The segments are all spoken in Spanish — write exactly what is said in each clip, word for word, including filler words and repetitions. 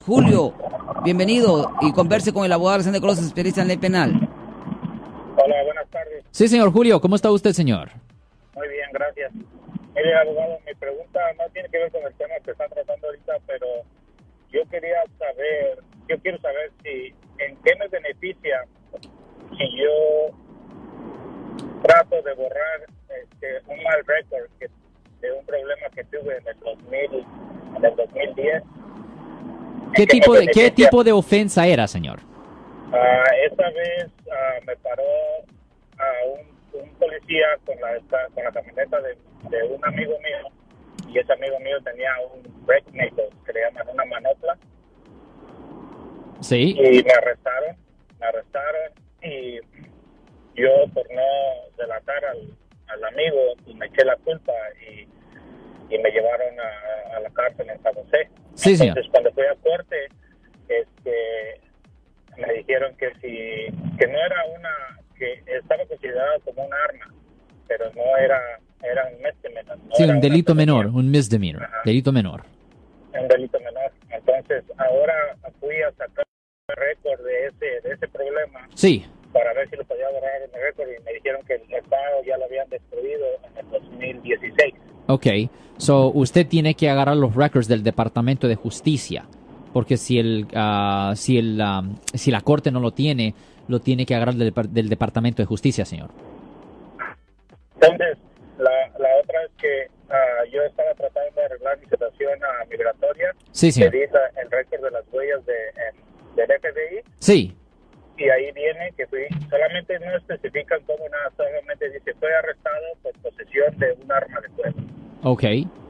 Julio, bienvenido y converse con el abogado Alexander Cross, especialista en ley penal. Hola, buenas tardes. Sí, señor Julio, ¿cómo está usted, señor? Muy bien, gracias. Mire, abogado, mi pregunta no tiene que ver con el tema que están tratando ahorita, pero yo quería saber, yo quiero saber si, en qué me beneficia si yo trato de borrar este, un mal récord que, de un problema que tuve en el dos mil, en el dos mil diez. ¿Qué tipo de qué tipo de ofensa era, señor? Uh, esa vez uh, me paró a un, un policía con la esta, con la camioneta de, de un amigo mío, y ese amigo mío tenía un brake nickel, que le llaman una manopla. Sí. Y me arrestaron, me arrestaron y yo por no delatar al, al amigo y me eché la culpa y, y me llevaron a, a la cárcel en San José. Sí, señor. Entonces cuando fui a corte, este, me dijeron que si que no era una, que estaba considerado como un arma, pero no era, era un misdemeanor. No sí, era un delito una menor, un misdemeanor, Ajá. delito menor. Un delito menor. Entonces ahora fui a sacar el récord de ese, de ese problema. Sí. Para ver si lo podía borrar en el récord y me dijeron que el Estado ya lo habían destruido en el dos mil dieciséis. Ok, so usted tiene que agarrar los records del Departamento de Justicia, porque si el uh, si el um, si la corte no lo tiene, lo tiene que agarrar del, del Departamento de Justicia, señor. Entonces, la, la otra es que uh, yo estaba tratando de arreglar mi situación uh, migratoria. Sí, señor. Pedí la, el récord de las huellas de, en, del F B I. Sí. Y ahí viene que fui, solamente no especifican cómo nada, solamente dice fue arrestado por posesión de un arma de fuego. Ok.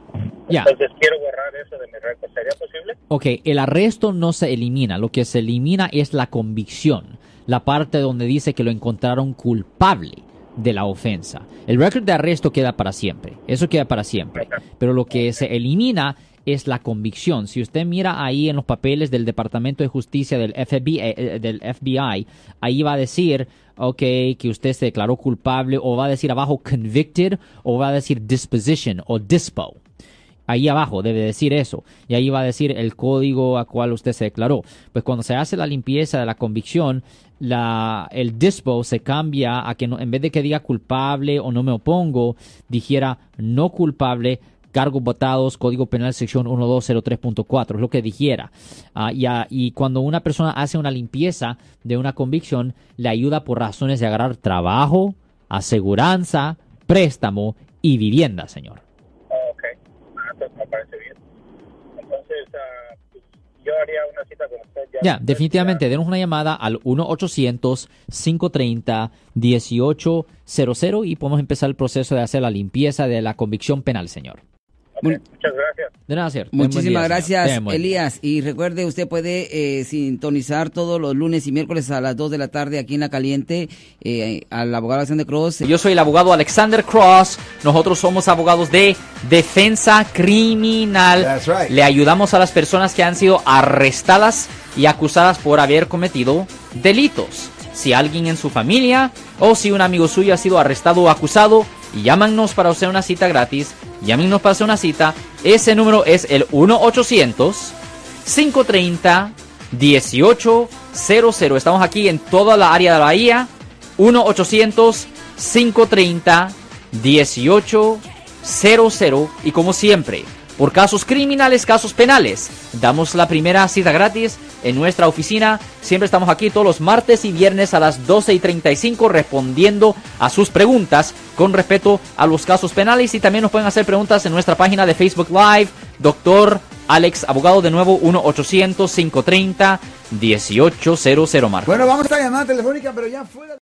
Ya. Entonces quiero borrar eso de mi récord. ¿Sería posible? Ok, el arresto no se elimina. Lo que se elimina es la convicción. La parte donde dice que lo encontraron culpable de la ofensa. El récord de arresto queda para siempre. Eso queda para siempre. Pero lo que se elimina es la convicción. Si usted mira ahí en los papeles del Departamento de Justicia del F B I, eh, del F B I, ahí va a decir, ok, que usted se declaró culpable, o va a decir abajo convicted, o va a decir disposition o dispo. Ahí abajo debe decir eso. Y ahí va a decir el código a cual usted se declaró. Pues cuando se hace la limpieza de la convicción, la, el dispo se cambia a que no, en vez de que diga culpable o no me opongo, dijera no culpable, cargos votados, Código Penal, sección doce cero tres punto cuatro, es lo que dijera. Uh, y, uh, y cuando una persona hace una limpieza de una convicción, le ayuda por razones de agarrar trabajo, aseguranza, préstamo y vivienda, señor. Oh, ok, ah, entonces me parece bien. Entonces, uh, pues, yo haría una cita con usted. Ya, ya definitivamente, ya. Denos una llamada al uno ochocientos, cinco treinta, dieciocho cero cero y podemos empezar el proceso de hacer la limpieza de la convicción penal, señor. Okay, muchas gracias. De nada, señor. Muchísimas día, gracias, señor. Elías. Y recuerde, usted puede eh, sintonizar todos los lunes y miércoles a las dos de la tarde aquí en La Caliente eh, al abogado Alexander Cross. Yo soy el abogado Alexander Cross. Nosotros somos abogados de defensa criminal. That's right. Le ayudamos a las personas que han sido arrestadas y acusadas por haber cometido delitos. Si alguien en su familia o si un amigo suyo ha sido arrestado o acusado, llámanos para hacer una cita gratis. Llámenos para hacer una cita. Ese número es el uno ochocientos, cinco treinta, dieciocho cero cero. Estamos aquí en toda la área de la Bahía. uno ochocientos, cinco treinta, dieciocho cero cero. Y como siempre, por casos criminales, casos penales, damos la primera cita gratis en nuestra oficina. Siempre estamos aquí todos los martes y viernes a las doce y treinta y cinco respondiendo a sus preguntas con respecto a los casos penales. Y también nos pueden hacer preguntas en nuestra página de Facebook Live. Doctor Alex, abogado, de nuevo, uno ochocientos, cinco treinta, dieciocho cero cero, Marco. Bueno, vamos a esta llamada telefónica, pero ya fuera.